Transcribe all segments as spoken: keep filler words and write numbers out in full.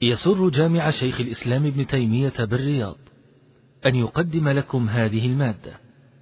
يسر جامع شيخ الإسلام ابن تيمية بالرياض أن يقدم لكم هذه المادة.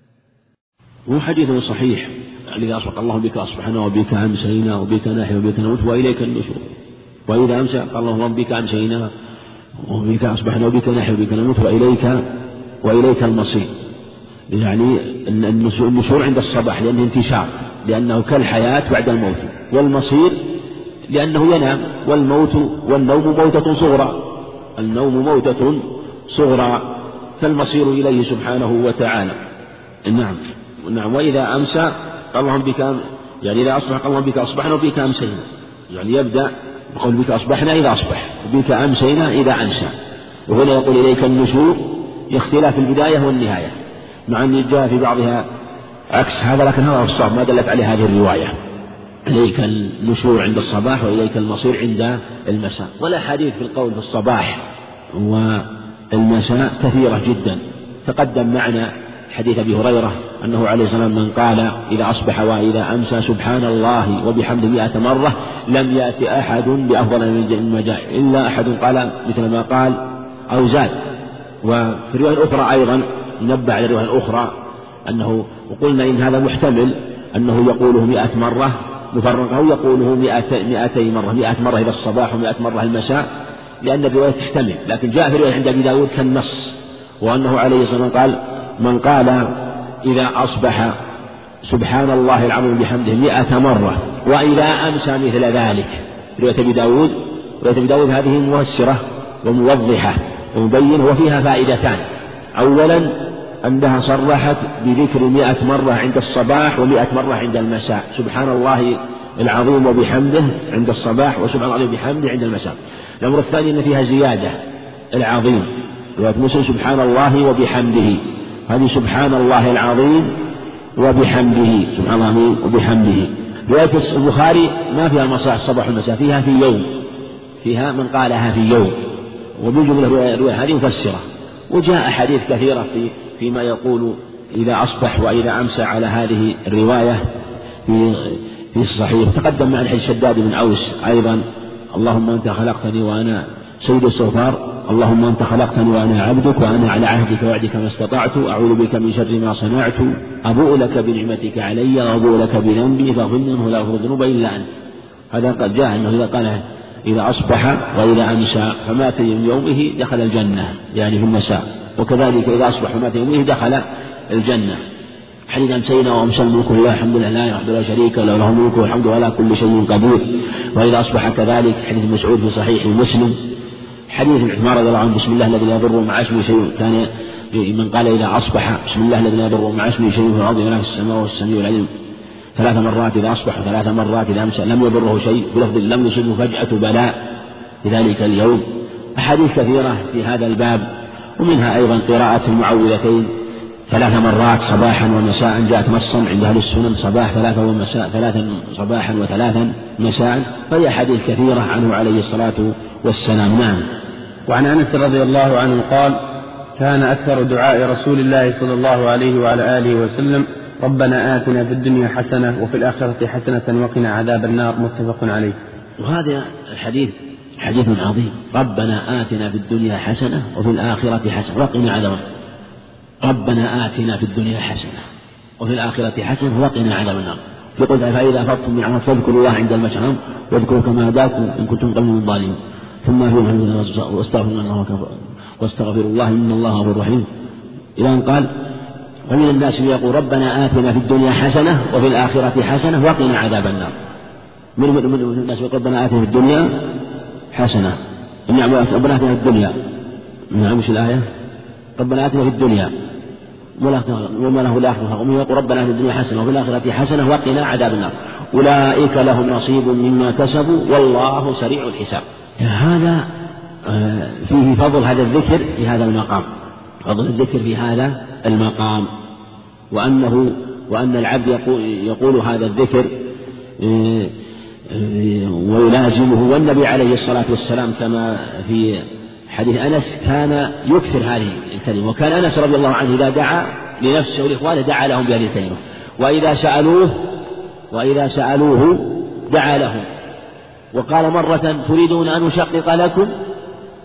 هو حديث صحيح: إذا أصبح الله بك أصبحنا وبك أمسينا وبك نحيا وبك نموت وإليك النشور. وإذا أمسى قال الله بك أمسينا وبك أصبحنا وبك نحيا وبك نموت وإليك وإليك المصير. يعني النشور عند الصباح لأنه انتشار، لأنه كالحياة بعد الموت، والمصير لأنه ينام، والموت والنوم موتة صغرى، النوم موتة صغرى، فالمصير إليه سبحانه وتعالى. نعم نعم. وإذا أمسى قال الله بك، يعني إذا أصبح قال الله بك أصبحنا وبك أمسينا، يعني يبدأ بقول بك أصبحنا إذا أصبح وبك أمسينا إذا أمسى. وهنا يقول إليك النشور، اختلاف البداية والنهاية، مع أن جاء في بعضها عكس هذا، لكن هذا الصواب ما دلت عليه هذه الرواية: إليك النشور عند الصباح وإليك المصير عند المساء. والأحاديث في القول في الصباح والمساء كثيرة جدا. تقدم معنا حديث أبي هريرة أنه عليه السلام من قال إذا أصبح وإذا أمسى سبحان الله وبحمده مئة مرة لم يأتي أحد بأفضل من ما جاء إلا أحد قال مثل ما قال أو زاد. وفي رواية أخرى أيضا نبه على الرواية الأخرى أنه، وقلنا إن هذا محتمل أنه يقوله مئة مرة مفرقة أو يقوله مئتي مرة، مئة مرة إلى الصباح ومئة مرة المساء، لأن الرواية تحتمل. لكن جاء في رواية عند أبي داود كالنص، وأنه عليه الصلاة والسلام قال من قال إذا أصبح سبحان الله العظيم بحمده مئة مرة وإذا أمسى مثل ذلك. رواية أبي داود رواية أبي داود هذه موسرة وموضحة ومبين، وفيها فائدتان: أولا أنها صرحت بذكر مئة مرة عند الصباح ومئة مرة عند المساء، سبحان الله العظيم وبحمده عند الصباح وسبحان الله وبحمده عند المساء. الأمر الثاني أن فيها زيادة: العظيم، رواية مسلم سبحان الله وبحمده، هذه سبحان الله العظيم وبحمده، سبحان الله وبحمده. رواية البخاري ما فيها المصاح الصباح والمساء، فيها في يوم، فيها من قالها في يوم، وبالجملة الرواية هذه مفسرة. وجاء أحاديث كثيرة في فيما يقول إذا أصبح وإذا أمسى على هذه الرواية في في الصحيح. تقدم مع الحديث شداد بن أوس أيضا: اللهم أنت خلقتني وأنا سيد السفار، اللهم أنت خلقتني وأنا عبدك، وأنا على عهدك ووعدك ما استطعت، أعوذ بك من شر ما صنعت، أبوء لك بنعمتك علي وأبوء لك بذنبي فاغفر لي إنه لا يغفر الذنوب إلا أنت. هذا قد جاء أنه إذا قال إذا أصبح وإذا أمسى فمات من يومه دخل الجنة، يعني في المساء، وكذلك إذا أصبح ومات من يومه دخل الجنة. حديث أمسينا وأمسى الملك لله الحمد لله لا وحده لا شريك له له الملك والحمد على كل شيء قدير. وإذا أصبح كذلك حديث مسعود في صحيح مسلم. حديث عثمان رضي الله عنه: بسم الله الذي لا يضر مع اسمه شيء، كان من قال إذا أصبح بسم الله الذي لا يضر مع اسمه شيء في الأرض ولا في السماء والسميع العليم ثلاث مرات إذا أصبح وثلاث مرات إذا أمسى لم يضره شيء، بلفظ لم يصبه فجأة بلاء في ذلك اليوم. أحاديث كثيرة في هذا الباب، ومنها أيضا قراءة المعوذتين ثلاث مرات صباحا ومساء، جاءت نصا عند أهل السنن صباح ثلاثة ومساء ثلاثا صباحا وثلاثا مساء، فهي حديث كثيرة عنه عليه الصلاة والسلام. نعم. وعن أنس رضي الله عنه قال: كان أكثر دعاء رسول الله صلى الله عليه وعلى آله وسلم: ربنا آتنا في الدنيا حسنة وفي الآخرة حسنة وقنا عذاب النار، متفق عليه. وهذا الحديث حديث عظيم: ربنا آتنا في الدنيا حسنة وفي الآخرة حسنة وقنا عذاب النار. ربنا آتنا في الدنيا حسنة وفي الآخرة حسنة وقنا عذاب النار. يقول: فإذا أفضتم من عمل فاذكروا الله عند المشعر واذكروا كما هداكم إن كنتم قبل من ظالمين ثم فيهم واستغفروا الله واستغفروا الله إن الله غفور رحيم، إلى أن قال: ومن الناس يقول ربنا آتنا في الدنيا حسنة وفي الآخرة حسنة وقنا عذاب النار. من من الناس يقول ربنا آتنا في الدنيا حسنة، نعم ربنا آتنا في الدنيا، نعم مش الآية ربنا آتنا في الدنيا وما له الآخرة، ومن يقول ربنا آتنا في الدنيا حسنة وفي الآخرة حسنة وقنا عذاب النار أولئك لهم نصيب مما كسبوا والله سريع الحساب. هذا فيه فضل هذا الذكر في هذا المقام، فضل الذكر في هذا المقام، وأنه وأن العبد يقول, يقول هذا الذكر ويلازمه. والنبي عليه الصلاة والسلام كما في حديث أنس كان يكثر هذه الكلمة، وكان أنس رضي الله عنه إذا دعا لنفسه ولإخوانه دعا لهم بهذه الكلمة، وإذا سألوه وإذا سألوه دعا لهم. وقال مرة: تريدون أن أشقق لكم؟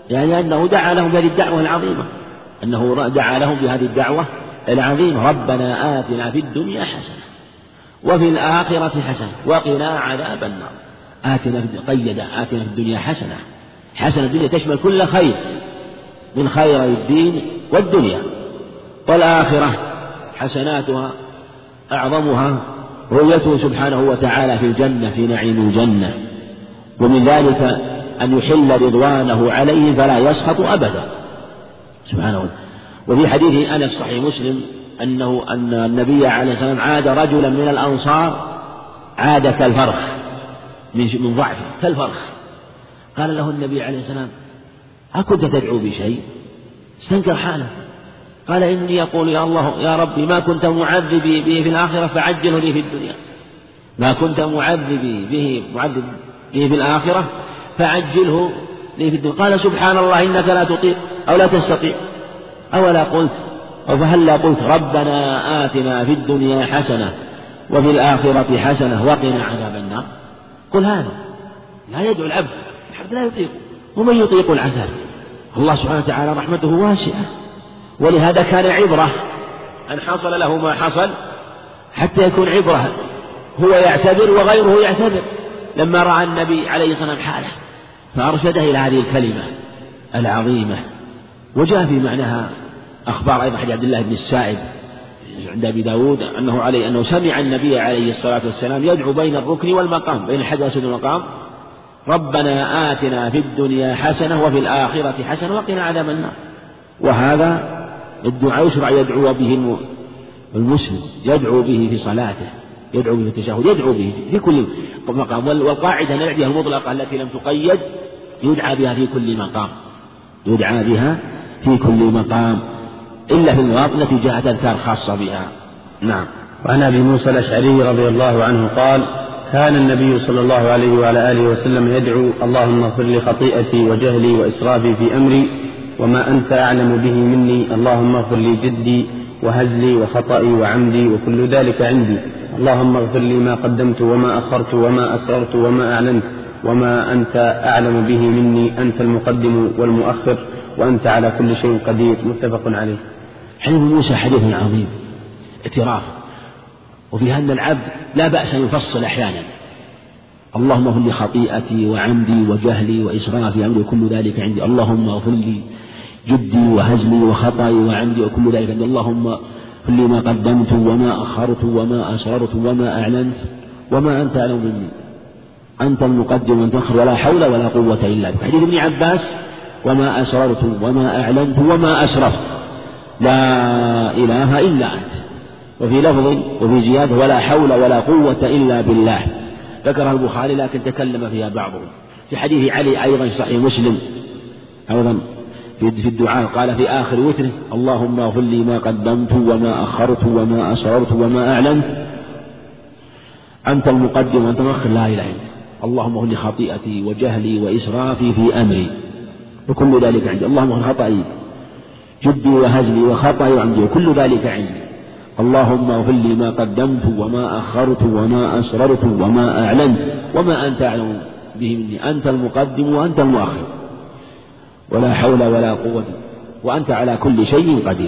يعني أنه دعا لهم بهذه الدعوة العظيمة، أنه دعا لهم بهذه الدعوة العظيمة: ربنا آتنا في الدنيا حسنة وفي الآخرة حسنة وقنا عذاب النار. آتنا في قيد آتنا في الدنيا حسنة، حسنة الدنيا تشمل كل خير من خير الدين والدنيا، والآخرة حسناتها أعظمها رؤيته سبحانه وتعالى في الجنة في نعيم الجنة، ومن ذلك أن يحل رضوانه عليه فلا يسخط أبدا سبحانه وتعالى. وفي حديث أنس صحيح مسلم أنه أن النبي عليه الصلاة والسلام عاد رجلا من الأنصار عاد كالفرخ من ضعفه كالفرخ، قال له النبي عليه السلام: أكنت تدعو بشيء؟ استنكر حاله، قال: إني يقول يا الله يا ربي ما كنت معذبي به في الآخرة فعجله لي في الدنيا، ما كنت معذبي به معذب به في الآخرة فعجله لي في الدنيا. قال: سبحان الله إنك لا تطيق أو لا تستطيع، أولا قلت أو فهلا قلت ربنا آتنا في الدنيا حسنة وفي الآخرة حسنة وقنا عذاب النار. قل هذا لا يدعو العبد، العبد لا يطيق، ومن يطيق العذاب؟ الله سبحانه وتعالى رحمته واسعة، ولهذا كان عبرة أن حصل له ما حصل حتى يكون عبرة، هو يعتبر وغيره يعتبر. لما رأى النبي عليه الصلاة والسلام حاله فأرشده إلى هذه الكلمة العظيمة. وجاء في معناها أخبار أيضا حديث عبد الله بن السائب عند أبي داود أنه عليه أنه سمع النبي عليه الصلاة والسلام يدعو بين الركن والمقام، بين الحدث والمقام: ربنا آتنا في الدنيا حسنة وفي الآخرة حسنة وقنا عذاب النار. وهذا الدعاء يشرع يدعو به المسلم، يدعو به في صلاته، يدعو به في التشهد، يدعو به في كل مقام. والقاعدة نعدها المطلقة التي لم تقيد يدعى بها في كل مقام، يدعى بها في كل مقام إلا في المواطن التي جاءت أذكار خاصة بها. نعم. وعن أبي موسى الأشعري رضي الله عنه قال: كان النبي صلى الله عليه وعلى آله وسلم يدعو: اللهم اغفر لي خطيئتي وجهلي وإسرافي في أمري وما أنت أعلم به مني، اللهم اغفر لي جدي وهزلي وخطئي وعمدي وكل ذلك عندي، اللهم اغفر لي ما قدمت وما أخرت وما أسررت وما أعلنت وما أنت أعلم به مني، أنت المقدم والمؤخر وأنت على كل شيء قدير. متفق عليه. حديث موسى حديث عظيم اعتراف، وفي أن العبد لا بأس أن يفصل أحيانا: اللهم اغفر لي خطيئتي وعمدي وجهلي وإسرافي أمري وكل ذلك عندي، اللهم اغفر لي جدي وهزلي وخطئي وعمدي وكل ذلك عندي، اللهم اغفر لي ما قدمت وما أخرت وما أسررت وما أعلنت وما أنت أعلم مني، أنت المقدم وأنت المؤخر ولا حول ولا قوة إلا بك. حديث ابن عباس: وما أسررت وما أعلنت وما أسرفت لا إله إلا أنت. وفي لفظ وفي زيادة: ولا حول ولا قوة إلا بالله. ذكرها البخاري لكن تكلم فيها بعضهم. في حديث علي أيضا صحيح مسلم أيضا في الدعاء قال في آخر وتره: اللهم اغفر لي ما قدمت وما أخرت وما أسررت وما أعلنت، أنت المقدم وأنت المؤخر لا إله إلا أنت، اللهم اغفر لي خطيئتي وجهلي وإسرافي في أمري وكل ذلك عندي، اللهم اغفر خطئي جدي وهزلي وخطئي وعمدي وكل ذلك عندي، اللهم اغفر لي ما قدمت وما أخرت وما أسررت وما أعلنت وما أنت أعلم به مني، أنت المقدم وأنت المؤخر ولا حول ولا قوة وأنت على كل شيء قدير.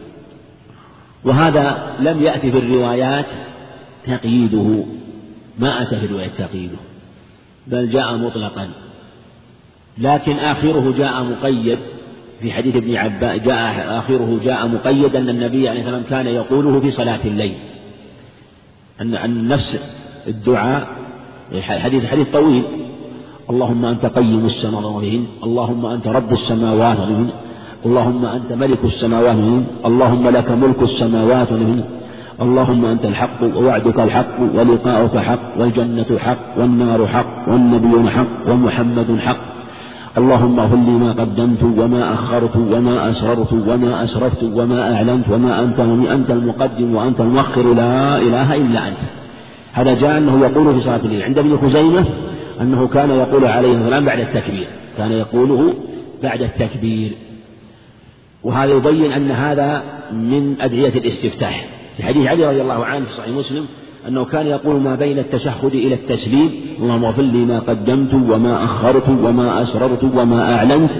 وهذا لم يأتي في الروايات تقييده، ما أتى في الروايات تقييده، بل جاء مطلقا، لكن آخره جاء مقيد. في حديث ابن عباس جاء آخره جاء مقيد أن النبي عليه الصلاة والسلام كان يقوله في صلاة الليل، أن أن نفس الدعاء حديث حديث طويل: اللهم أنت قيم السماوات والأرض، اللهم أنت رب السماوات والأرض، اللهم أنت ملك السماوات والأرض، اللهم لك ملك السماوات والأرض، اللهم أنت الحق ووعدك الحق ولقاؤك حق والجنة حق والنار حق والنبيون حق ومحمد حق، اللهم اغفر لي ما قدمت وما أخرت وما أسررت وما أسرفت وما أعلنت وما أنت أنت المقدم وأنت المؤخر لا إله إلا أنت. هذا جاء أنه يقول في صلاة الليل. عند ابن خزيمة أنه كان يقول عليه السلام بعد التكبير، كان يقوله بعد التكبير. وهذا يبين أن هذا من أدعية الاستفتاح. في حديث علي رضي الله عنه في صحيح مسلم أنه كان يقول ما بين التشهد إلى التسليم: اللهم اغفر لي ما قدمت وما أخرت وما أسررت وما أعلنت،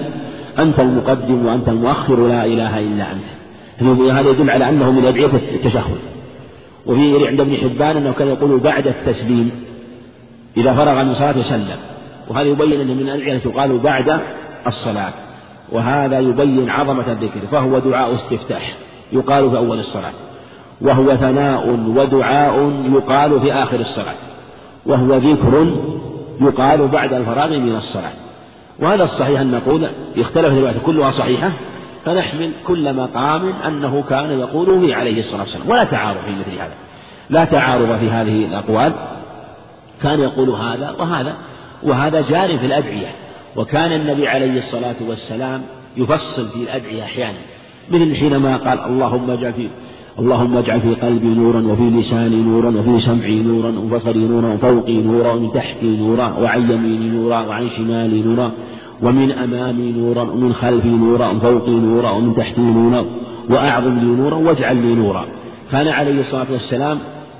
أنت المقدم وأنت المؤخر لا إله إلا أنت. هذا يدل على أنه من أدعية التشهد. وفي عند ابن حبان أنه كان يقول بعد التسليم إذا فرغ من صلاة وسلم، وهذا يبين أنه من الأدعية تقال بعد الصلاة، وهذا يبين عظمة الذكر، فهو دعاء استفتاح يقال في أول الصلاة، وهو ثناء ودعاء يقال في آخر الصلاة، وهو ذكر يقال بعد الفراغ من الصلاة. وهذا الصحيح أن نقول اختلف الروايات كلها صحيحة، فنحمل كل مقام أنه كان يقوله عليه الصلاة والسلام، ولا تعارض في مثل هذا، لا تعارض في هذه الأقوال، كان يقول هذا وهذا، وهذا جار في الأدعية. وكان النبي عليه الصلاة والسلام يفصل في الأدعية أحيانا، مثل حينما قال اللهم اجعل في اللهم اجعل في قلبي نورا وفي لساني نورا وفي سمعي نورا وبصري نورا وفوقي نورا ومن تحتي نورا وعن يميني نورا وعن شمالي نورا ومن أمامي نورا ومن خلفي نورا وفوقي نورا ومن تحتي نورا وأعظم لي نورا واجعل لي نورا. كان عليه الصلاة والسلام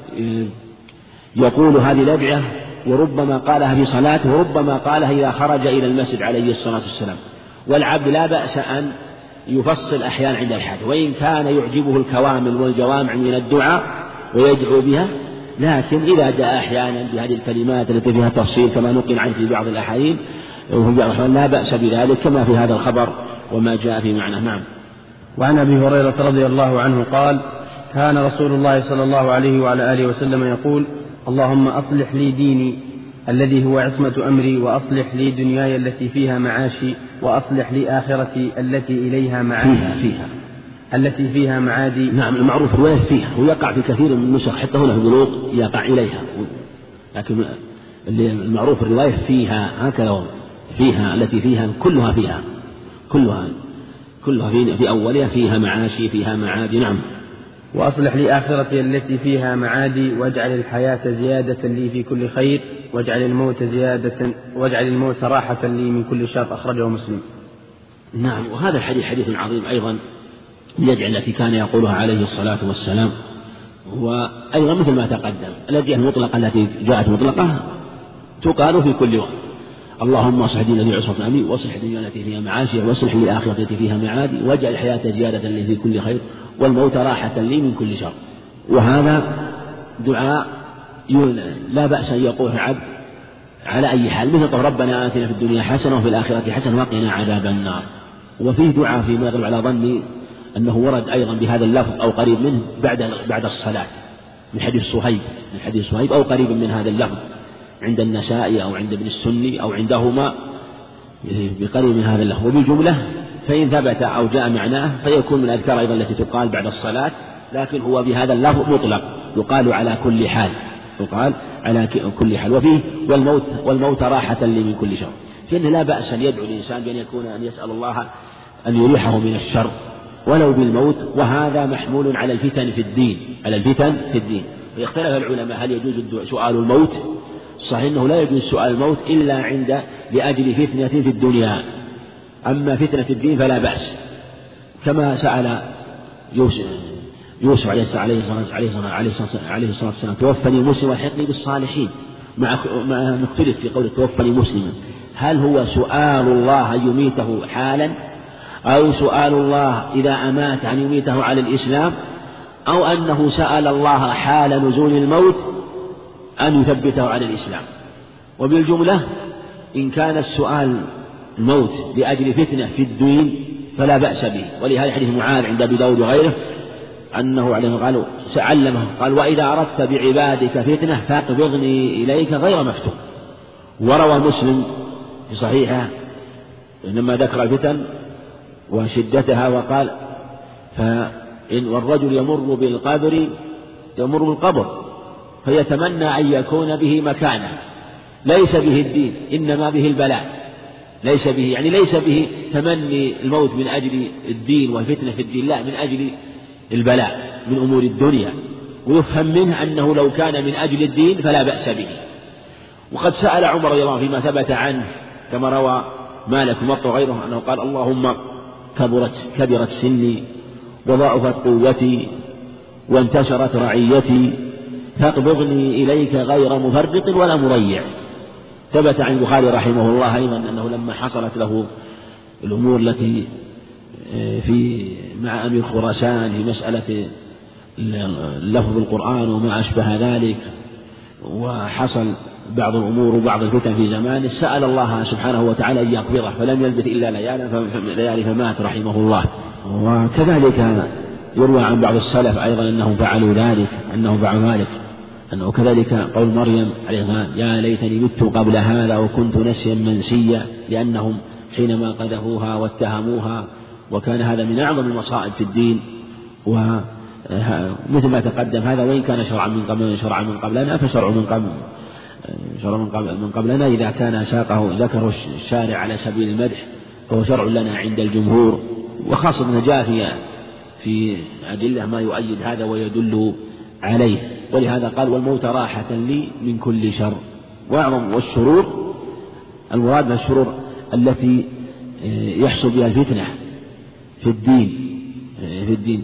يقول هذه الأدعية، وربما قالها في صلاته وربما قالها إذا خرج إلى المسجد عليه الصلاة والسلام. والعبد لا بأس أن يفصل أحيانا عند الحاجة، وإن كان يعجبه الكوامل والجوامع من الدعاء ويدعو بها، لكن إذا جاء أحيانا بهذه الكلمات التي فيها تفصيل كما نقل عنه في بعض الأحاديث لا بأس بذلك، كما في هذا الخبر وما جاء في معنى. نعم. وعن أبي هريرة رضي الله عنه قال: كان رسول الله صلى الله عليه وعلى آله وسلم يقول: اللهم أصلح لي ديني الذي هو عصمة أمري، وأصلح لي دنياي التي فيها معاشي، وأصلح لي آخرتي التي إليها معادي فيها, فيها التي فيها معادي. نعم، المعروف الرواية فيها، ويقع في كثير من النسخ حتى هنا في البلوغ يقع إليها، لكن المعروف الرواية فيها، هكذا فيها التي فيها كلها فيها كلها كلها في, في أولها فيها معاشي فيها معادي. نعم. وأصلح لي آخرتي التي فيها معادي، واجعل الحياة زيادة لي في كل خير، واجعل الموت زيادة واجعل الموت راحة لي من كل شر. أخرجه مسلم. نعم. وهذا الحديث حديث عظيم أيضا، الأدعية التي كان يقولها عليه الصلاة والسلام، وأيضا مثل ما تقدم الأدعية المطلقة التي جاءت مطلقة تقال في كل وقت: اللهم اصلح ديني الذي عصمة أمري، واصلح دنياي التي فيها معاشي، واصلح لي آخرتي التي فيها معادي، واجعل الحياة زيادة لي في كل خير، والموت راحة لي من كل شر. وهذا دعاء لا بأس أن يقول العبد على أي حال، مثل ربنا آتنا في الدنيا حسنة وفي الآخرة حسنة وقنا عذاب النار. وفيه دعاء فيما يغلب على ظني أنه ورد أيضا بهذا اللفظ أو قريب منه بعد بعد الصلاة، من حديث صهيب من حديث صهيب أو قريب من هذا اللفظ عند النسائي أو عند ابن السني أو عندهما بقريب من هذا اللفظ. وبالجملة فإن ثبت أو جاء معناه فيكون من الأذكار أيضا التي تقال بعد الصلاة، لكن هو بهذا اللفظ مطلق، يقال على كل حال، يقال على كل حال. وفيه والموت والموت راحة لي من كل شر، فإن لا بأس أن يدعو الإنسان بأن يكون أن يسأل الله أن يريحه من الشر ولو بالموت، وهذا محمول على الفتن في الدين على الفتن في الدين. ويختلف العلماء هل يجوز سؤال الموت؟ صحيح أنه لا يجوز سؤال الموت إلا عند لأجل فتنة في الدنيا، أما فتنة الدين فلا بأس، كما سأل يوسف يوسف عليه الصلاة عليه الصلاة والسلام: توفني مسلما والحقني بالصالحين. مع ما نختلف في قول توفني مسلما، هل هو سؤال الله أن يميته حالا، أو سؤال الله إذا أمات أن يميته على الإسلام، أو أنه سأل الله حال نزول الموت أن يثبته على الإسلام؟ وبالجملة إن كان السؤال الموت لأجل فتنة في الدين فلا بأس به. ولهذا حديث معاذ عند أبي داود وغيره أنه عليه قالوا سألمه قال: وإذا أردت بعبادك فتنة فاقبضني إليك غير مفتون. وروى مسلم في صحيحه إنما ذكر الفتن وشدتها وقال: فإن والرجل يمر بالقبر يمر بالقبر فيتمنى أن يكون به مكانه، ليس به الدين إنما به البلاء، ليس به يعني ليس به تمني الموت من أجل الدين والفتنة في الدين، لا، من أجل البلاء من أمور الدنيا. ويفهم منه أنه لو كان من أجل الدين فلا بأس به. وقد سأل عمر رضي الله عنه فيما ثبت عنه كما روى مالك ومطر وغيره أنه قال: اللهم كبرت, كبرت سني وضعفت قوتي وانتشرت رعيتي فاقبضني إليك غير مفرط ولا مريع. ثبت عن البخاري رحمه الله أيضا أنه لما حصلت له الأمور التي في مع أمير خراسان في مسألة لفظ القرآن وما أشبه ذلك، وحصل بعض الأمور وبعض الفتن في زمانه، سأل الله سبحانه وتعالى أن يقبضه فلم يلبث إلا ليالي فمات رحمه الله. وكذلك يروى عن بعض السلف أيضا أنهم فعلوا ذلك أنهم فعلوا ذلك أنه كذلك قول مريم عليه السلام يا ليتني مت قبل هذا وكنت نسيا منسيا، لأنهم حينما قذفوها واتهموها، وكان هذا من أعظم المصائب في الدين. ومثل ما تقدم هذا وإن كان شرعا من قبل شرعا من قبلنا فشرع من قبل شرع من, قبل من قبلنا إذا كان ساقه ذكره الشارع على سبيل المدح فهو شرع لنا عند الجمهور، وخاصة جاء في في أدلة ما يؤيد هذا ويدل عليه. ولهذا قال والموت راحة لي من كل شر. وأعظم والشرور المراد من الشرور التي يحصل بها الفتنة في الدين في الدين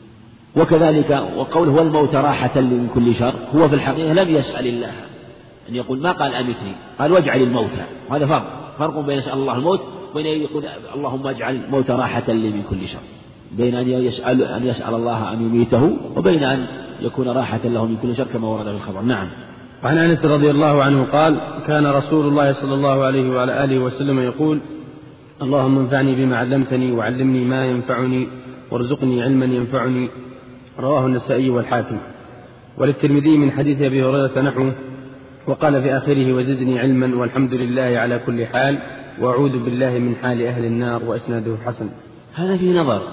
وكذلك وقوله والموت راحة لي من كل شر هو في الحقيقة لم يسأل الله أن يقول ما قال أمتني، قال واجعل الموت. وهذا فرق فرق بين يسأل الله الموت وبين يقول اللهم اجعل الموت راحة لي من كل شر، بين أن يسأل أن يسأل الله أن يميته وبين أن يكون راحة له من كل شر كما ورد في الخبر. نعم. وعن أنس رضي الله عنه قال كان رسول الله صلى الله عليه وعلى آله وسلم يقول اللهم انفعني بما علمتني وعلمني ما ينفعني وارزقني علما ينفعني. رواه النسائي والحاكم. وللترمذي من حديث أبي هريرة نحوه وقال في آخره وزدني علما والحمد لله على كل حال وأعوذ بالله من حال أهل النار وإسناده حسن. هذا في نظر.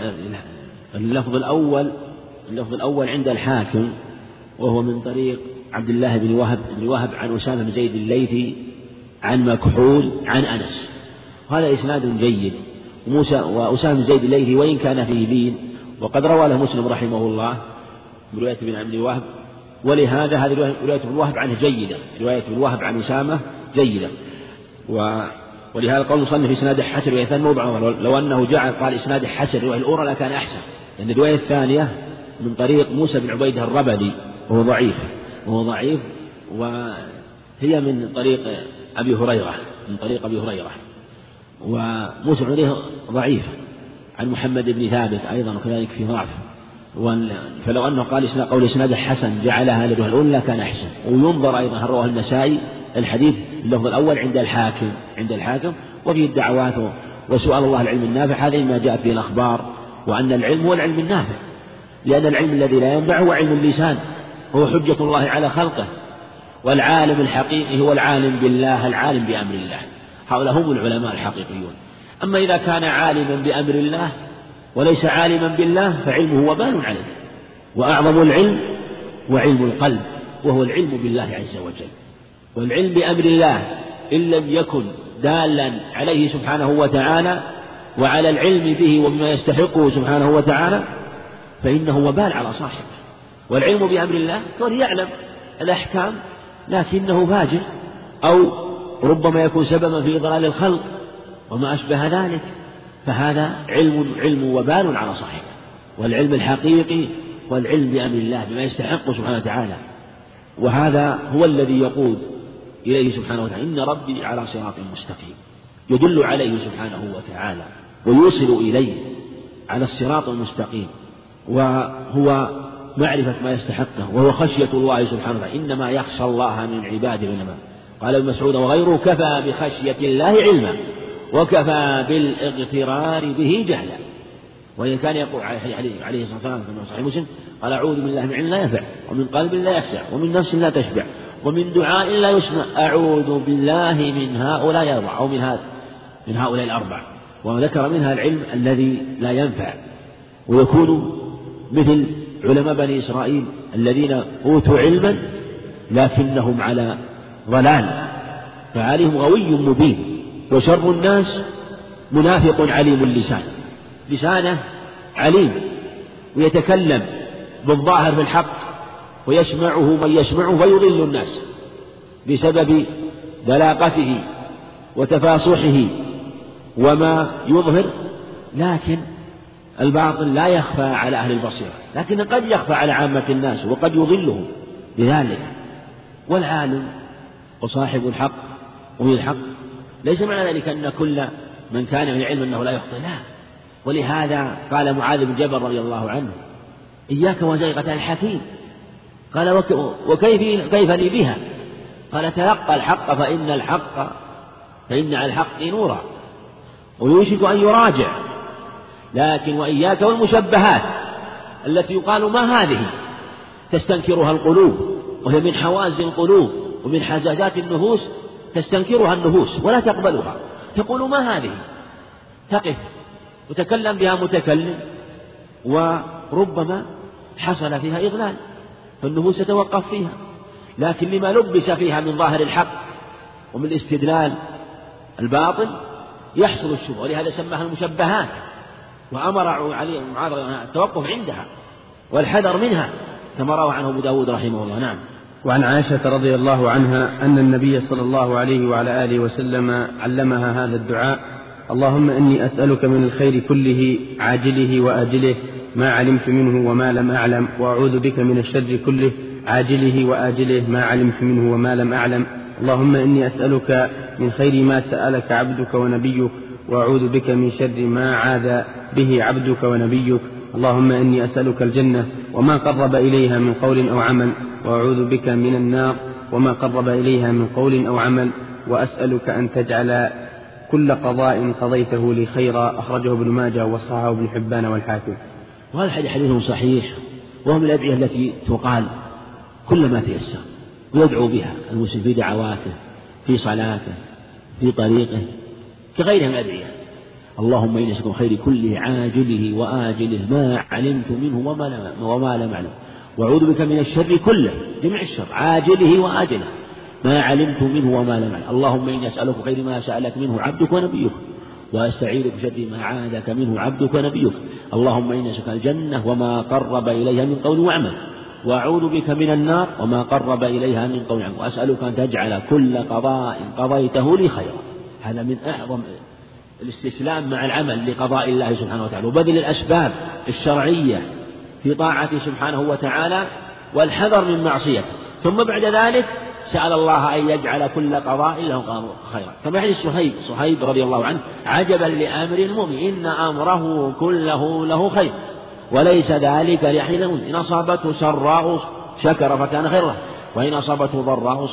اللفظ الأول اللفظ الأول عند الحاكم وهو من طريق عبد الله بن وهب بن وهب عن أسامة بن زيد الليثي عن مكحول عن أنس، هذا إسناد جيد. وموسى وأسامة بن زيد الليثي وإن كان فيه لين وقد روى له مسلم رحمه الله برواية بن وهب، ولهذا هذه رواية ابن وهب عنه جيدة، رواية ابن وهب عن أسامة جيدة. و ولهذا قال المصنف في إسناده حسن وهي ثاني موضع، لو أنه جعل قال إسناده حسن الرواية الأولى لكان أحسن، لأن يعني الرواية الثانية من طريق موسى بن عبيدة الربدي وهو ضعيف وهو ضعيف وهي من طريق أبي هريرة من طريق أبي هريرة وموسى بن عبيدة ضعيف عن محمد بن ثابت أيضا وكذلك في ضعف، فلو أنه قال إسناد قول إسناده حسن جعلها للرواية الأولى كان أحسن. وينظر أيضا هل رواه النسائي الحديث اللفظ الأول عند الحاكم عند الحاكم وفيه الدعوات وسؤال الله العلم النافع، هذا ما جاءت فيه الأخبار وأن العلم هو العلم النافع، لأن العلم الذي لا ينفع هو علم اللسان هو حجة الله على خلقه، والعالم الحقيقي هو العالم بالله العالم بأمر الله، هؤلاء هم العلماء الحقيقيون. أما إذا كان عالما بأمر الله وليس عالما بالله فعلمه وبال عليه. وأعظم العلم وعلم القلب وهو العلم بالله عز وجل، والعلم بأمر الله إن لم يكن دالا عليه سبحانه وتعالى وعلى العلم به وبما يستحقه سبحانه وتعالى فإنه وبال على صاحبه. والعلم بأمر الله كون يعلم الأحكام لكنه فاجر أو ربما يكون سببا في إضلال الخلق وما أشبه ذلك، فهذا علم علم وبال على صاحبه. والعلم الحقيقي والعلم بأمر الله بما يستحقه سبحانه وتعالى، وهذا هو الذي يقود إليه سبحانه وتعالى إن ربي على صراط مستقيم، يدل عليه سبحانه وتعالى ويوصل إليه على الصراط المستقيم، وهو معرفة ما يستحقه وهو خشية الله سبحانه وتعالى. إنما يخشى الله من عباده العلماء. قال ابن مسعود وغيره كفى بخشية الله علما وكفى بالاغترار به جهلا. وإن كان يقول عليه الصلاة والسلام في صحيح مسلم قال أعوذ بالله من علم لا ينفع ومن قلب لا يخشع ومن نفس لا تشبع ومن دعاء لا يسمع أعوذ بالله من هؤلاء الأربع أو من هذا من هؤلاء الأربع، وذكر منها العلم الذي لا ينفع، ويكون مثل علماء بني إسرائيل الذين أوتوا علما لكنهم على ضلال فعليهم غوي مبين. وشر الناس منافق عليم اللسان، لسانه عليم ويتكلم بالظاهر بالحق ويسمعه من يسمعه ويضل الناس بسبب دلاقته وتفاصحه وما يظهر، لكن الباطل لا يخفى على أهل البصيرة، لكن قد يخفى على عامة الناس وقد يضلهم بذلك. والعالم وصاحب الحق ومن الحق ليس معنى ذلك أن كل من كان من العلم أنه لا يخطئ، لا. ولهذا قال معاذ بن جبل رضي الله عنه: إياك وزيغة الحكيم. قال: وكيف كيف لي بها؟ قال: تلقى الحق فإن الحق فإن على الحق نورا ويوشك أن يراجع، لكن وإياك والمشبهات التي يقال ما هذه، تستنكرها القلوب، وهي من حواز القلوب ومن حزازات النفوس، تستنكرها النفوس ولا تقبلها، تقول ما هذه، تقف وتكلم بها متكلم، وربما حصل فيها إضلال فالنفوس تتوقف فيها، لكن لما لبس فيها من ظاهر الحق ومن الاستدلال الباطل يحصل الشبه، ولهذا سماها المشبهات، وأمر عليه معاذ التوقف عندها والحذر منها كما روى عنه أبو داود رحمه الله. نعم. وعن عائشة رضي الله عنها أن النبي صلى الله عليه وعلى آله وسلم علمها هذا الدعاء: اللهم إني أسألك من الخير كله عاجله وآجله ما علمت منه وما لم أعلم، وأعوذ بك من الشر كله عاجله وآجله ما علمت منه وما لم أعلم. اللهم إني أسألك من خير ما سألك عبدك ونبيك، وأعوذ بك من شر ما عاذ به عبدك ونبيك. اللهم إني أسألك الجنة وما قرب إليها من قول أو عمل، وأعوذ بك من النار وما قرب إليها من قول أو عمل، وأسألك أن تجعل كل قضاء قضيته لي خيرا. أخرجه ابن ماجه وصححه ابن حبان والحاكم. وهذا حديث صحيح، وهو من الأدعية التي تقال كلما تيسر، ويدعو بها المسلم في دعواته في صلاته في طريقه كغيرها من الأدعية. اللهم إني أسألك خير كله عاجله وآجله ما علمت منه وما لم أعلم، وأعوذ بك من الشر كله جميع الشر عاجله وآجله ما علمت منه وما لم أعلم. اللهم إني أسألك خير ما سألك منه عبدك ونبيك، وأستعيذ بشر ما عاذك منه عبدك ونبيك. اللهم إني أسألك الجنة وما قرب إليها من قول وعمل، وأعوذ بك من النار وما قرب إليها من قول وعمل، وأسألك أن تجعل كل قضاء قضيته لي خيرا. هذا من أعظم الاستسلام مع العمل لقضاء الله سبحانه وتعالى، وبذل الأسباب الشرعية في طاعته سبحانه وتعالى والحذر من معصيته، ثم بعد ذلك سأل الله أن يجعل كل قضاء له خيرا، كما حديث صهيب صهيب رضي الله عنه: عجبا لأمر المؤمن إن أمره كله له خير وليس ذلك لأحد المؤمن، إن أصابته سراء شكر فكان خيرا له، وإن أصابته ضراء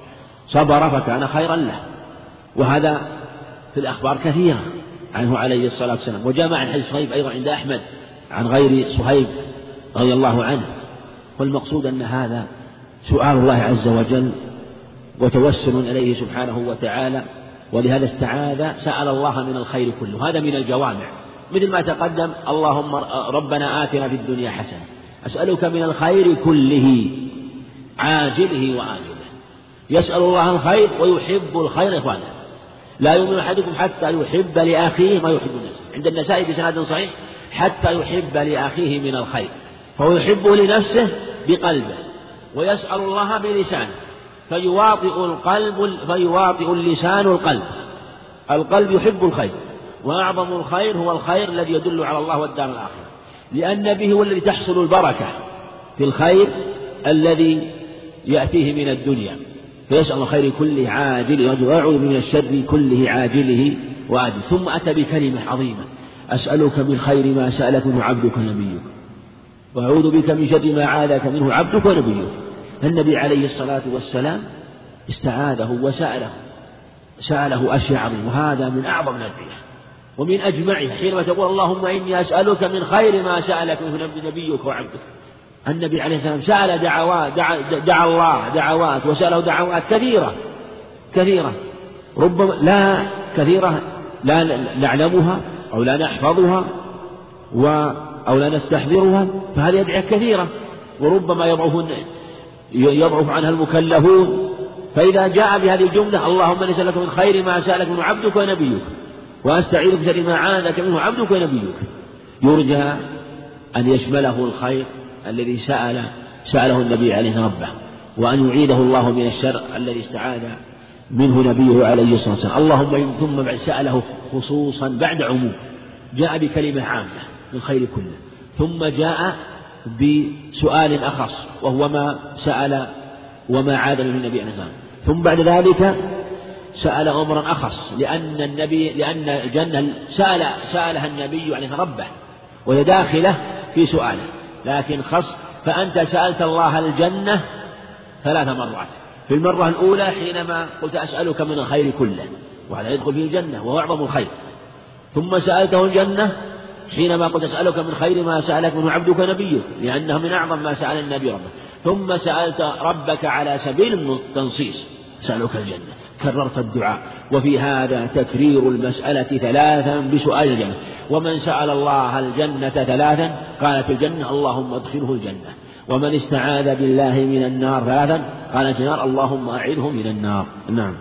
صبر فكان خيرا له. وهذا في الأخبار كثيرة عنه عليه الصلاة والسلام. وجاء مع حديث صهيب أيضا عند أحمد عن غير صهيب رضي الله عنه. والمقصود أن هذا سؤال الله عز وجل وتوسل إليه سبحانه وتعالى، ولهذا استعاذ سأل الله من الخير كله. هذا من الجوامع، مثل ما تقدم: اللهم ربنا آتنا في الدنيا حسنة، أسألك من الخير كله عاجله وآجله. يسأل الله الخير ويحب الخير. إخوانا، لا يؤمن أحدكم حتى يحب لأخيه ما يحب لنفسه، عند النسائي بسند صحيح: حتى يحب لأخيه من الخير، فهو يحبه لنفسه بقلبه، ويسأل الله بلسانه، فيواطئ القلب فيواطئ اللسان القلب. القلب يحب الخير، وأعظم الخير هو الخير الذي يدل على الله والدار الآخرة، لأن به هو الذي تحصل البركة في الخير الذي يأتيه من الدنيا. فيسأل الخير كله عاجله وأعوذ من الشر كله عاجله وآجله. ثم أتى بكلمة عظيمة: أسألك من خير ما سألك منه عبدك ونبيك، وأعوذ بك من شر ما عاذك منه عبدك ونبيك. النبي عليه الصلاة والسلام استعاذه وسأله سأله أشياء عظيمة، وهذا من أعظم الأدعية ومن أجمعها. حينما تقول اللهم إني أسألك من خير ما سألك منه نبيك وعبدك، النبي عليه السلام سأل دعوات دعا, دعا الله دعوات وسأله دعوات كثيرة كثيرة ربما لا كثيرة لا نعلمها أو لا نحفظها و أو لا نستحضرها، فهذه أدعية كثيرة وربما يضعف يضعف عنها المكلفون. فإذا جاء بهذه الجملة: اللهم إني أسألك من خير ما سألك منه عبدك ونبيك، وأستعيذ بشر ما عاذك منه عبدك ونبيك، يرجى أن يشمله الخير الذي سأل سأله النبي عليه ربه، وأن يعيده الله من الشر الذي استعاذ منه نبيه عليه الصلاة والسلام. اللهم ثم بعد سأله خصوصا بعد عموم، جاء بكلمة عامة من خير كله، ثم جاء بسؤال أخص وهو ما سأل وما عاد من النبي عليه الصلاة والسلام، ثم بعد ذلك سأل أمرا أخص، لأن النبي لأن الجنة سأل سألها النبي عن ربه وهي داخلة في سؤاله، لكن خص. فأنت سألت الله الجنة ثلاث مرات، في المرة الأولى حينما قلت أسألك من الخير كله، وهذا يدخل فيه الجنة وهو أعظم الخير. ثم سألته الجنة حينما قلت أسألك من خير ما سألك منه عبدك نبيك، لأنه من أعظم ما سأل النبي ربه. ثم سألت ربك على سبيل التنصيص، سألك الجنة، كررت الدعاء. وفي هذا تكرير المسألة ثلاثا بسؤال الجنة. ومن سأل الله الجنة ثلاثا قالت الجنة اللهم ادخله الجنة. ومن استعاذ بالله من النار ثلاثا قالت النار اللهم أعذه من النار. نعم.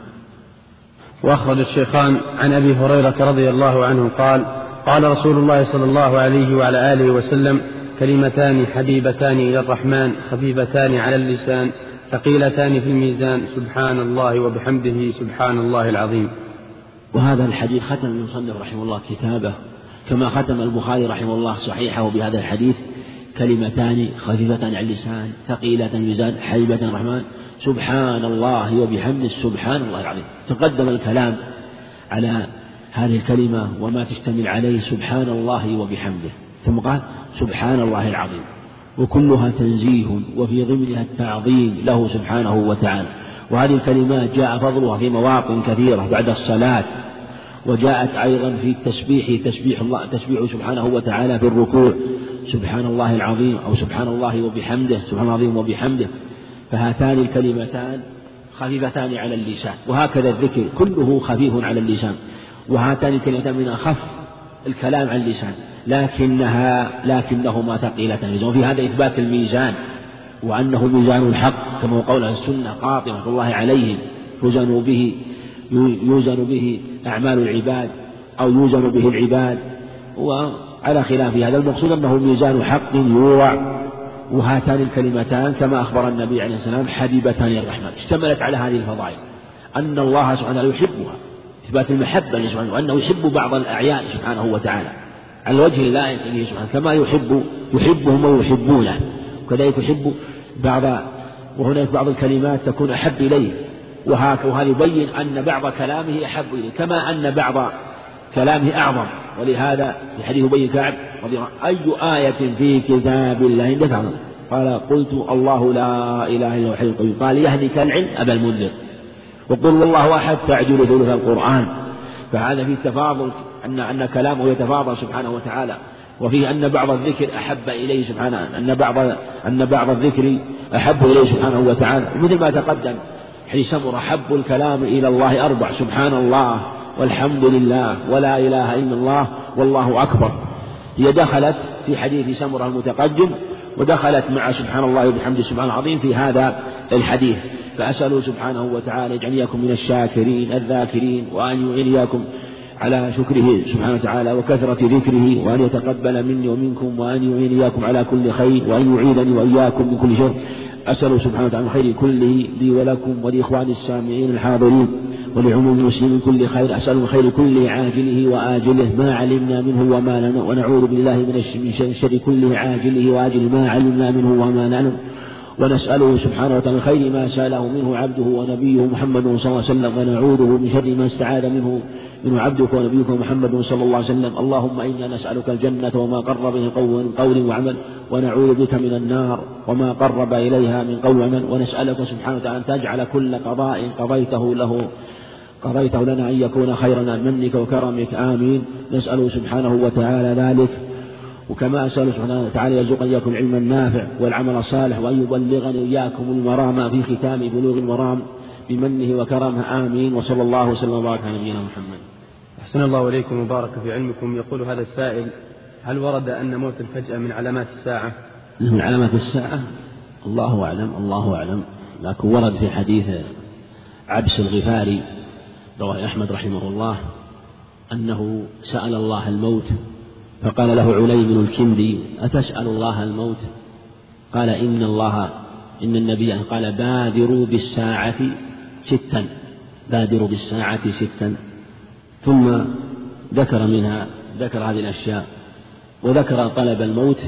وأخرج الشيخان عن أبي هريرة رضي الله عنه قال قال رسول الله صلى الله عليه وعلى آله وسلم: كلمتان حبيبتان إلى الرحمن خفيفتان على اللسان ثقيلتان في الميزان، سبحان الله وبحمده سبحان الله العظيم. وهذا الحديث ختم المصنف رحمه الله كتابه كما ختم البخاري رحمه الله صحيحه بهذا الحديث: كلمتان خفيفتان على اللسان ثقيلتان في الميزان حبيبتان الرحمن سبحان الله وبحمده سبحان الله العظيم. تقدم الكلام على هذه الكلمة وما تشتمل عليه سبحان الله وبحمده، ثم قال سبحان الله العظيم، وكلها تنزيه وفي ضمنها التعظيم له سبحانه وتعالى. وهذه الكلمات جاء فضلها في مواطن كثيرة بعد الصلاة، وجاءت أيضا في التسبيح تسبيح الله تسبيحه سبحانه وتعالى في الركوع سبحان الله العظيم أو سبحان الله وبحمده سبحان الله العظيم وبحمده. فهاتان الكلمتان خفيفتان على اللسان، وهكذا الذكر كله خفيف على اللسان. وهاتان الكلمتان من أخف الكلام على اللسان، لكنها لكنهما ثقيلتان. وفي هذا إثبات الميزان، وأنه ميزان الحق كما قول السنة قاطمة الله عليهم يوزن به يوزن به أعمال العباد أو يوزن به العباد، وعلى خلاف هذا المقصود أنه ميزان حق يوضع. وهاتان الكلمتان كما أخبر النبي عليه السلام حبيبتان الرحمن، اشتملت على هذه الفضائل، أن الله سبحانه يحبها إثبات المحبة سبحانه، وأنه يحب بعض الأعيان سبحانه وتعالى على الوجه اللائق به سبحانه، كما يحب يحبهم ويحبونه، وكذلك يحب بعض. وهناك بعض الكلمات تكون أحب إليه، وهذا يبين أن بعض كلامه أحب إليه كما أن بعض كلامه أعظم. ولهذا في حديث أبي كعب رضي الله عنه: أي آية في كتاب الله عندك أعظم؟ قال: قلت الله لا إله إلا هو الحي القيوم. قال: يهدك العلم أبا المنذر، وقل والله أحد تعجل ثلث القرآن. فهذا فيه تفاضل، أن أن كلامه يتفاضل سبحانه وتعالى، وفيه أن بعض الذكر أحب إليه سبحانه، أن بعض أن بعض الذكر أحب إليه سبحانه وتعالى. مثل ما تقدم حديث سمرة: أحب الكلام إلى الله أربع: سبحان الله والحمد لله ولا إله إلا الله والله أكبر. هي دخلت في حديث سمرة المتقدم، ودخلت مع سبحان الله وبحمده سبحان العظيم في هذا الحديث. فأسأله سبحانه وتعالى يجعل إياكم من الشاكرين الذاكرين، وأن يعين إياكم على شكره سبحانه وتعالى وكثرة ذكره، وأن يتقبل مني ومنكم، وأن يعين إياكم على كل خير، وأن يعيذني وإياكم من كل شر. أسأل سبحانه وتعالى الخير كله لي ولكم ولإخواني السامعين الحاضرين ولعموم المسلمين كل خير. أسأل الخير كله عاجله وآجله ما علمنا منه وما لنا، ونعوذ بالله من شر كله عاجله وآجله ما علمنا منه وما نعلم. ونسأله سبحانه وتعالى الخير ما سأله منه عبده ونبيه محمد صلى الله عليه وسلم، ونعوذ من شر ما استعاذ منه منه عبدك ونبيك محمد صلى الله عليه وسلم. اللهم إنا نسألك الجنة وما قرب من قول وعمل، ونعوذ بك من النار وما قرب إليها من قول وعمل. ونسألك سبحانه وتعالى أن تجعل كل قضاء قضيته له قضيته لنا أن يكون خيرا عن منك وكرمك، آمين. نسأله سبحانه وتعالى ذلك، وكما أسأل سبحانه وتعالى يرزق إياكم العلم النافع والعمل الصالح، وأن يبلغني إياكم المرام في ختام بلوغ المرام بمنه وكرمه، آمين. وصلى الله وسلم وبارك على نبينا محمد. أحسن الله إليكم وبارك في علمكم. يقول هذا السائل: هل ورد أن موت الفجأة من علامات الساعة؟ من علامات الساعة الله أعلم الله أعلم لكن ورد في حديث عبس الغفاري رواه أحمد رحمه الله أنه سأل الله الموت، فقال له علي بن الكندي: أتسأل الله الموت؟ قال: إن الله إن النبي قال: بادروا بالساعة ستا بادروا بالساعة ستا. ثم ذكر منها ذكر هذه الأشياء، وذكر طلب الموت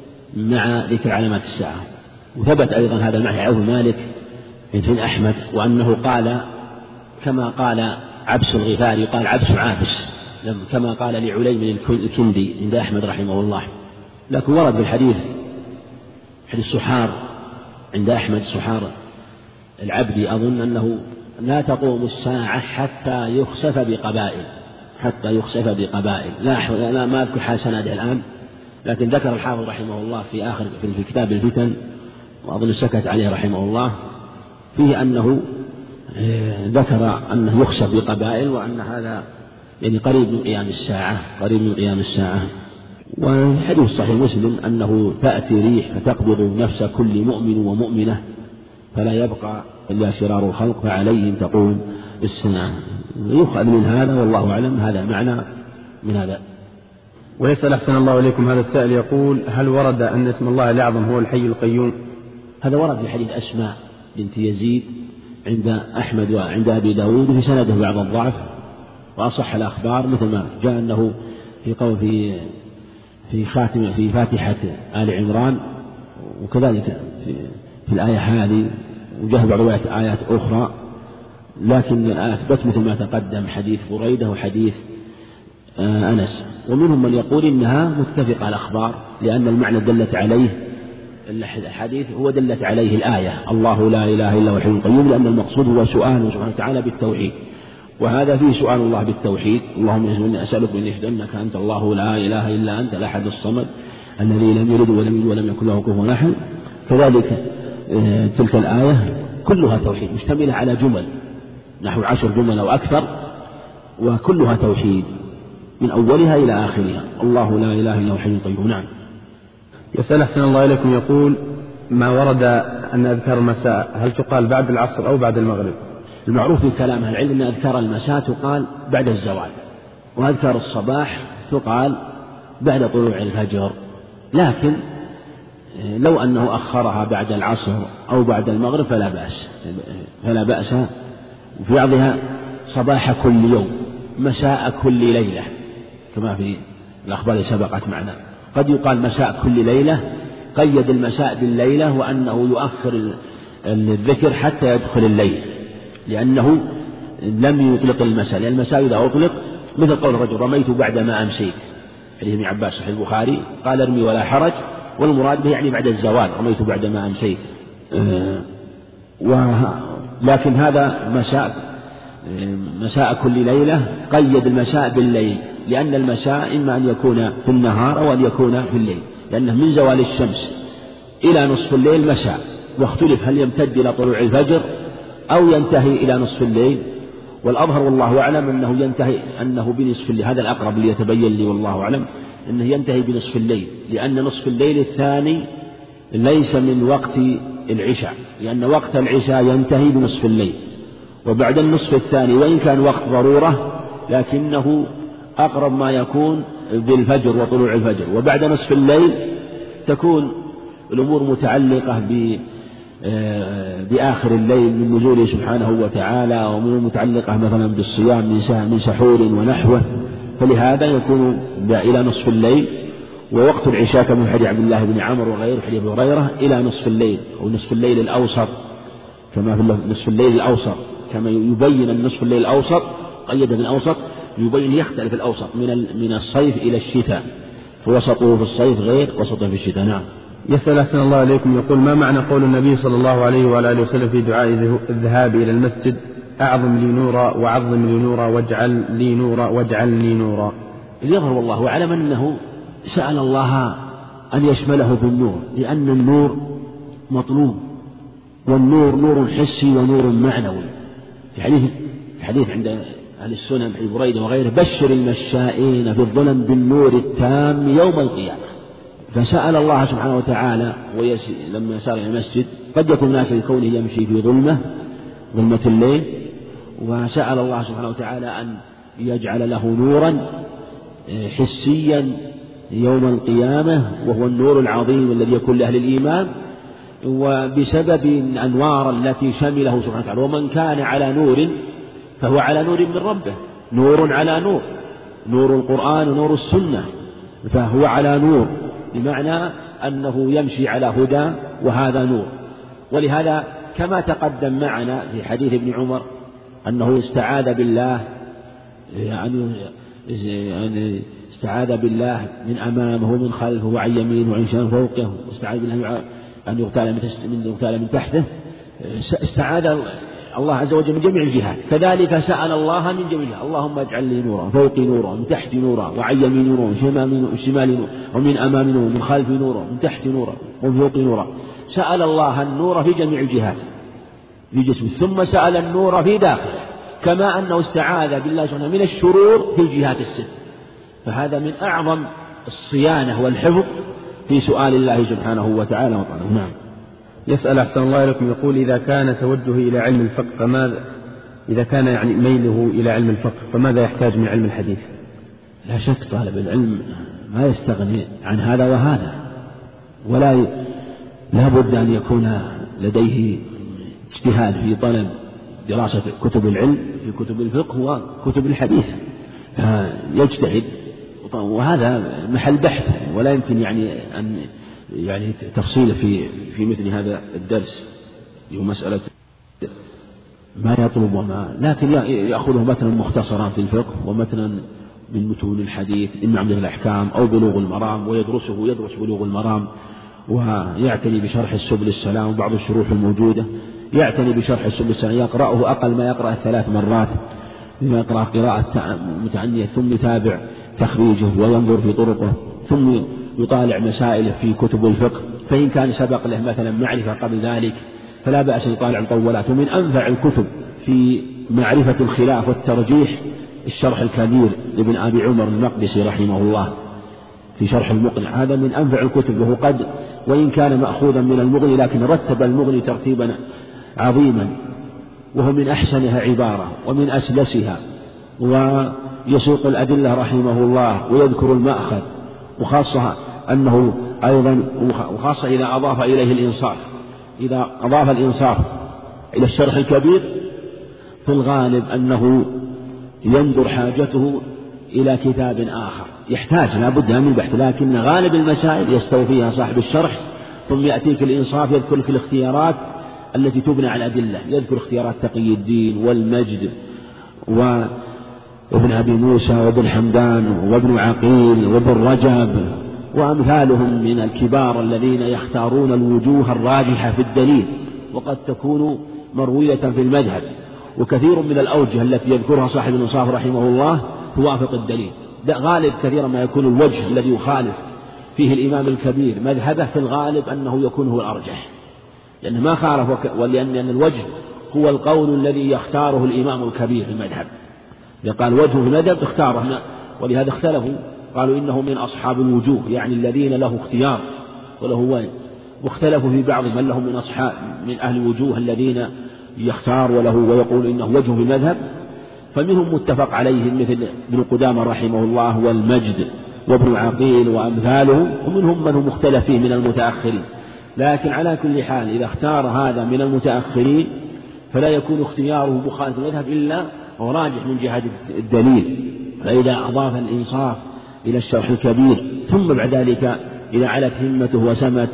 مع ذكر علامات الساعة. وثبت أيضا هذا المعنى عن مالك بن أحمد، وأنه قال كما قال عبس الغفاري، يقال عبس عابس كما قال لعليم الكندي عند أحمد رحمه الله. لكن ورد في الحديث حديث سحار عند أحمد، سحار العبدي أظن أنه لا تقوم الساعة حتى يخسف بقبائل، حتى يخسف بقبائل. لا, لا ما أذكر حسنات الآن، لكن ذكر الحافظ رحمه الله في آخر في كتاب الفتن، وأظن سكت عليه رحمه الله، فيه أنه ذكر أنه يخسف بقبائل، وأن هذا يعني قريب من قيام الساعة، قريب من قيام الساعة. والحديث صحيح مسلم أنه تأتي ريح فتقبض نفس كل مؤمن ومؤمنة فلا يبقى إلا شرار الخلق فعليهم تقوم الساعة. يؤخذ من هذا والله أعلم هذا معنى من هذا. ويسأل أحسن الله إليكم هذا السائل يقول: هل ورد أن اسم الله الأعظم هو الحي القيوم؟ هذا ورد في حديث أسماء بنت يزيد عند أحمد وعند أبي داود في سنده بعض الضعف، وأصح الأخبار مثل ما جاء أنه في قول في في خاتمة في فاتحة آل عمران، وكذلك في, في الآية هذه، وجاء بعض آيات أخرى، لكن أثبت مثل ما تقدم حديث بريدة وحديث أنس. ومنهم من يقول إنها متفقة الأخبار، لأن المعنى دلت عليه الحديث هو دلت عليه الآية الله لا إله إلا هو الحي القيوم، لأن المقصود هو سؤاله سبحانه وتعالى بالتوحيد، وهذا فيه سؤال الله بالتوحيد: اللهم إني أسألك بأن يشهد أنك أنت الله لا إله إلا أنت الأحد الصمد الذي لم يلد ولم يولد ولم يكن له كفوا أحد. كذلك تلك الآية كلها توحيد مشتملة على جمل نحو عشر جمل أو أكثر، وكلها توحيد من أولها إلى آخرها، الله لا إله إلا هو الحي القيوم. نعم. يسأل أحسن الله إليكم يقول: ما ورد أن أذكار المساء هل تقال بعد العصر أو بعد المغرب؟ المعروف في كلام أهل العلم أن أذكار المساء تقال بعد الزوال، وأذكار الصباح تقال بعد طلوع الفجر، لكن لو أنه أخرها بعد العصر أو بعد المغرب فلا بأس فلا بأس في بعضها صباح كل يوم مساء كل ليلة كما في الأخبار سبقت معنا. قد يقال مساء كل ليلة، قيد المساء بالليلة، وأنه يؤخر الذكر حتى يدخل الليل، لأنه لم يطلق المساء، لأن المساء إذا أطلق مثل قول الرجل رميت بعدما أمسيت، حديث ابن عباس صحيح البخاري، قال ارمي ولا حرج، والمراد به يعني بعد الزوال، رميت بعدما أمسيت. لكن هذا مساء مساء كل ليلة، قيد المساء بالليل، لأن المساء إما أن يكون في النهار أو أن يكون في الليل، لأنه من زوال الشمس إلى نصف الليل مساء، واختلف هل يمتد إلى طلوع الفجر أو ينتهي إلى نصف الليل، والأظهر والله أعلم أنه ينتهي أنه بنصف الليل، هذا الأقرب ليتبين لي والله أعلم أنه ينتهي بنصف الليل، لأن نصف الليل الثاني ليس من وقت العشاء، لأن وقت العشاء ينتهي بنصف الليل، وبعد النصف الثاني وإن كان وقت ضرورة لكنه أقرب ما يكون بالفجر وطلوع الفجر، وبعد نصف الليل تكون الأمور متعلقة ب بآخر الليل من نزوله سبحانه وتعالى، ومن متعلقة مثلا بالصيام من سحور ونحوه، فلهذا يكون إلى نصف الليل. ووقت العشاء كما في حديث عبد الله بن عمرو وغيره حديث أبي هريرة إلى نصف الليل، أو نصف الليل الأوسط كما في نصف الليل الأوسط، كما يبين أن نصف الليل الأوسط قيد بالأوسط، يبين يختلف الأوسط من من الصيف إلى الشتاء، فوسطه في الصيف غير وسطه في الشتاء. نعم. يسأل أحسن الله إليكم يقول: ما معنى قول النبي صلى الله عليه وعلى آله وسلم في دعاء الذهاب إلى المسجد: أعظم لي نورا وعظم لي نورا واجعل لي نورا واجعلني نورا؟ يظهر والله أعلم أنه سأل الله أن يشمله بالنور، لأن النور مطلوب، والنور نور حسي ونور معنوي. في حديث في حديث عند أهل السنن حديث بريدة وغيره: بشر المشائين في الظلم بالنور التام يوم القيامة. فسأل الله سبحانه وتعالى لما سار إلى المسجد، قد يكون الناس لكونه يمشي في ظلمة ظلمة الليل، وسأل الله سبحانه وتعالى أن يجعل له نورا حسيا يوم القيامة، وهو النور العظيم الذي يكون لأهل الإيمان، وبسبب الأنوار التي شمله سبحانه وتعالى. ومن كان على نور فهو على نور من ربه، نور على نور، نور القرآن ونور السنة، فهو على نور، بمعنى أنه يمشي على هدى، وهذا نور. ولهذا كما تقدم معنا في حديث ابن عمر أنه استعاذ بالله يعني يعني استعاذ بالله من أمامه ومن خلفه وعن يمينه وعن شماله فوقه، واستعاذ بالله أن يغتال من يغتال من تحته، استعاذ الله عز وجل من جميع الجهات. كذلك سأل الله من جميع الجهات: اللهم اجعل لي نورا، فوقي نورا، من تحتي نورا، وعن يميني نورا، ومن شمالي نورا، ومن أمامي نورا، ومن خلفي نورا، ومن تحتي نورا، ومن فوقي نورا. سأل الله النور في جميع الجهات في جسمه، ثم سأل النور في داخله، كما أنه استعاذ بالله سبحانه من الشرور في الجهات الست. فهذا من أعظم الصيانة والحفظ في سؤال الله سبحانه وتعالى وطلبه. نعم. يسأل أحسن الله إليكم، يقول: إذا كان توجهه إلى علم الفقه فماذا إذا كان يعني ميله إلى علم الفقه فماذا يحتاج من علم الحديث؟ لا شك طالب العلم ما يستغني عن هذا وهذا، ولا ي... لا بد أن يكون لديه اجتهاد في طلب دراسة كتب العلم في كتب الفقه وكتب الحديث، يجتهد، وهذا محل بحث، ولا يمكن يعني أن يعني تفصيل في في مثل هذا الدرس، هو مسألة ما يطلب وما، لكن يأخذه مثلا مختصرا في الفقه ومثلا من متون الحديث، إما عمدة الأحكام أو بلوغ المرام، ويدرسه يدرس بلوغ المرام، ويعتني بشرح السبل السلام وبعض الشروح الموجودة، يعتني بشرح السبل السلام، يقرأه أقل ما يقرأ ثلاث مرات، لما يقرأ قراءة متعنية، ثم يتابع تخريجه وينظر في طرقه، ثم يطالع مسائله في كتب الفقه، فإن كان سبق له مثلا معرفة قبل ذلك فلا بأس يطالع مطولات. ومن أنفع الكتب في معرفة الخلاف والترجيح الشرح الكبير لابن أبي عمر المقدسي رحمه الله في شرح المقنع، هذا من أنفع الكتب، وهو قد وإن كان مأخوذا من المغني لكن رتب المغني ترتيبا عظيما، وهو من أحسنها عبارة ومن أسلسها، ويسوق الأدلة رحمه الله ويذكر المأخذ، وخاصة أنه أيضا وخاصة إذا أضاف إليه الإنصاف، إذا أضاف الإنصاف إلى الشرح الكبير في الغالب أنه يندر حاجته إلى كتاب آخر يحتاج لا بد من البحث، لكن غالب المسائل يستوفيها صاحب الشرح، ثم يأتيك الإنصاف يذكر لك الاختيارات التي تبنى على الأدلة، يذكر اختيارات تقي الدين والمجد وابن أبي موسى وابن حمدان وابن عقيل وابن رجب وأمثالهم من الكبار الذين يختارون الوجوه الراجحة في الدليل، وقد تكون مروية في المذهب، وكثير من الأوجه التي يذكرها صاحب الإنصاف رحمه الله توافق الدليل. غالب كثيرا ما يكون الوجه الذي يخالف فيه الإمام الكبير مذهبه في الغالب أنه يكون هو الأرجح، لأنه ما خالف، ولأن الوجه هو القول الذي يختاره الإمام الكبير في المذهب، يقال وجهه في المذهب اختاره، ولهذا اختلفوا قالوا إنه من أصحاب الوجوه، يعني الذين له اختيار وله وجه، واختلفوا في بعضهم من لهم من أصحاب من أهل الوجوه الذين يختار وله ويقول إنه وجه في المذهب، فمنهم متفق عليهم مثل ابن قدامة رحمه الله والمجد وابن عقيل وأمثاله، ومنهم من هم مختلف فيه من المتأخرين. لكن على كل حال إذا اختار هذا من المتأخرين فلا يكون اختياره مخالف المذهب إلا هو راجح من جهة الدليل. فإذا أضاف الإنصاف إلى الشرح الكبير ثم بعد ذلك إذا علت همته وسمت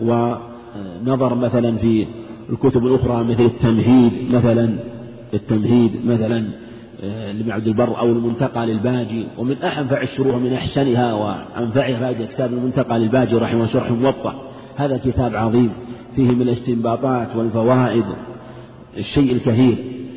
ونظر مثلا في الكتب الأخرى مثل التمهيد مثلا التمهيد مثلا لابن عبد البر أو المنتقى للباجي، ومن أنفع الشروح من أحسنها وأنفعها هذا كتاب المنتقى للباجي رحمه الله شرح موطأ، هذا كتاب عظيم فيه من الاستنباطات والفوائد الشيء الكثير.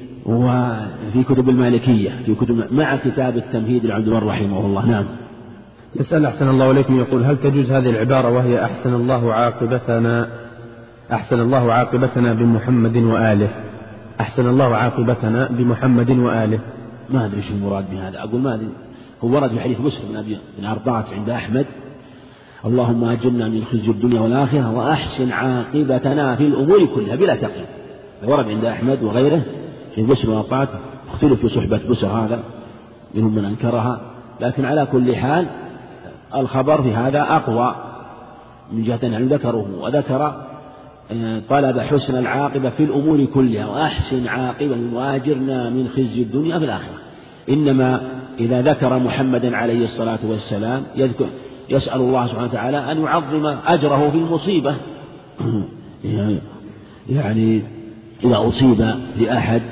وفي كتب المالكية في كتب مع كتاب التمهيد لعبد البر رحمه الله. نعم. يسأل أحسن الله إليكم، يقول: هل تجوز هذه العبارة وهي أحسن الله عاقبتنا أحسن الله عاقبتنا بمحمد وآله؟ أحسن الله عاقبتنا بمحمد وآله. ما أدري شو المراد بهذا، أقول ما أدري. هو ورد في حديث مسلم بن أبي بن عرضات عند أحمد: اللهم أجرنا من خزي الدنيا والآخرة وأحسن عاقبتنا في الأمور كلها بلا تقييد. ورد عند أحمد وغيره في مسلم وطاعت، اختلف في صحبة بسر هذا، منهم من أنكرها، لكن على كل حال الخبر في هذا أقوى من جهة أن ذكره، وذكر طلب حسن العاقبة في الأمور كلها وأحسن عاقبة وأجرنا من خزي الدنيا في الآخرة. إنما إذا ذكر محمدا عليه الصلاة والسلام يذكر يسأل الله سبحانه وتعالى أن يعظم أجره في المصيبة، يعني إذا أصيب في أحد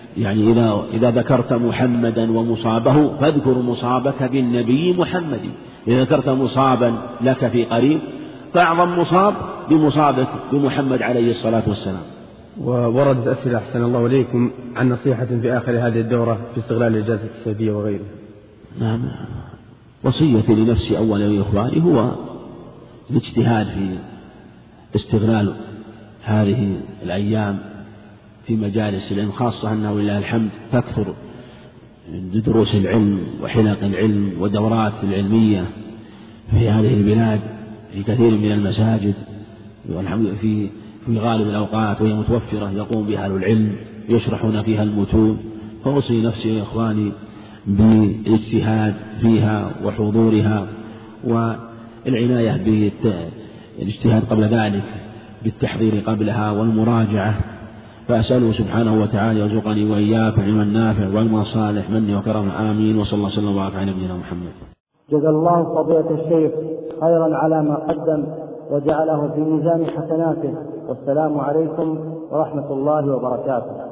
يعني إذا, إذا ذكرت محمدا ومصابه فاذكر مصابك بالنبي محمد، إذا ذكرت مصابا لك في قريب فأعظم مصاب بمصابك بمحمد عليه الصلاة والسلام. وورد أسئلة أحسن الله إليكم عن نصيحة في آخر هذه الدورة في استغلال الإجازة السيفية وغيره. نعم، وصيتي لنفسي أولا وإخواني هو الاجتهاد في استغلال هذه الأيام في مجالس العلم، خاصة أنه لله الحمد تكثر دروس العلم وحلق العلم ودورات العلمية في هذه البلاد في كثير من المساجد في في غالب الأوقات، وهي متوفرة يقوم بها أهل العلم يشرحون فيها المتون. فأوصي نفسي يا إخواني بالاجتهاد فيها وحضورها والعناية بالاجتهاد قبل ذلك بالتحضير قبلها والمراجعة. فأسأله سبحانه وتعالى يرزقني وإياكم علما نافع وعلما صالح مني وكرم، آمين. وصلى الله وسلم وبارك على نبينا محمد. جزا الله فضيلة الشيخ خيرا على ما قدم وجعله في ميزان حسناته، والسلام عليكم ورحمة الله وبركاته.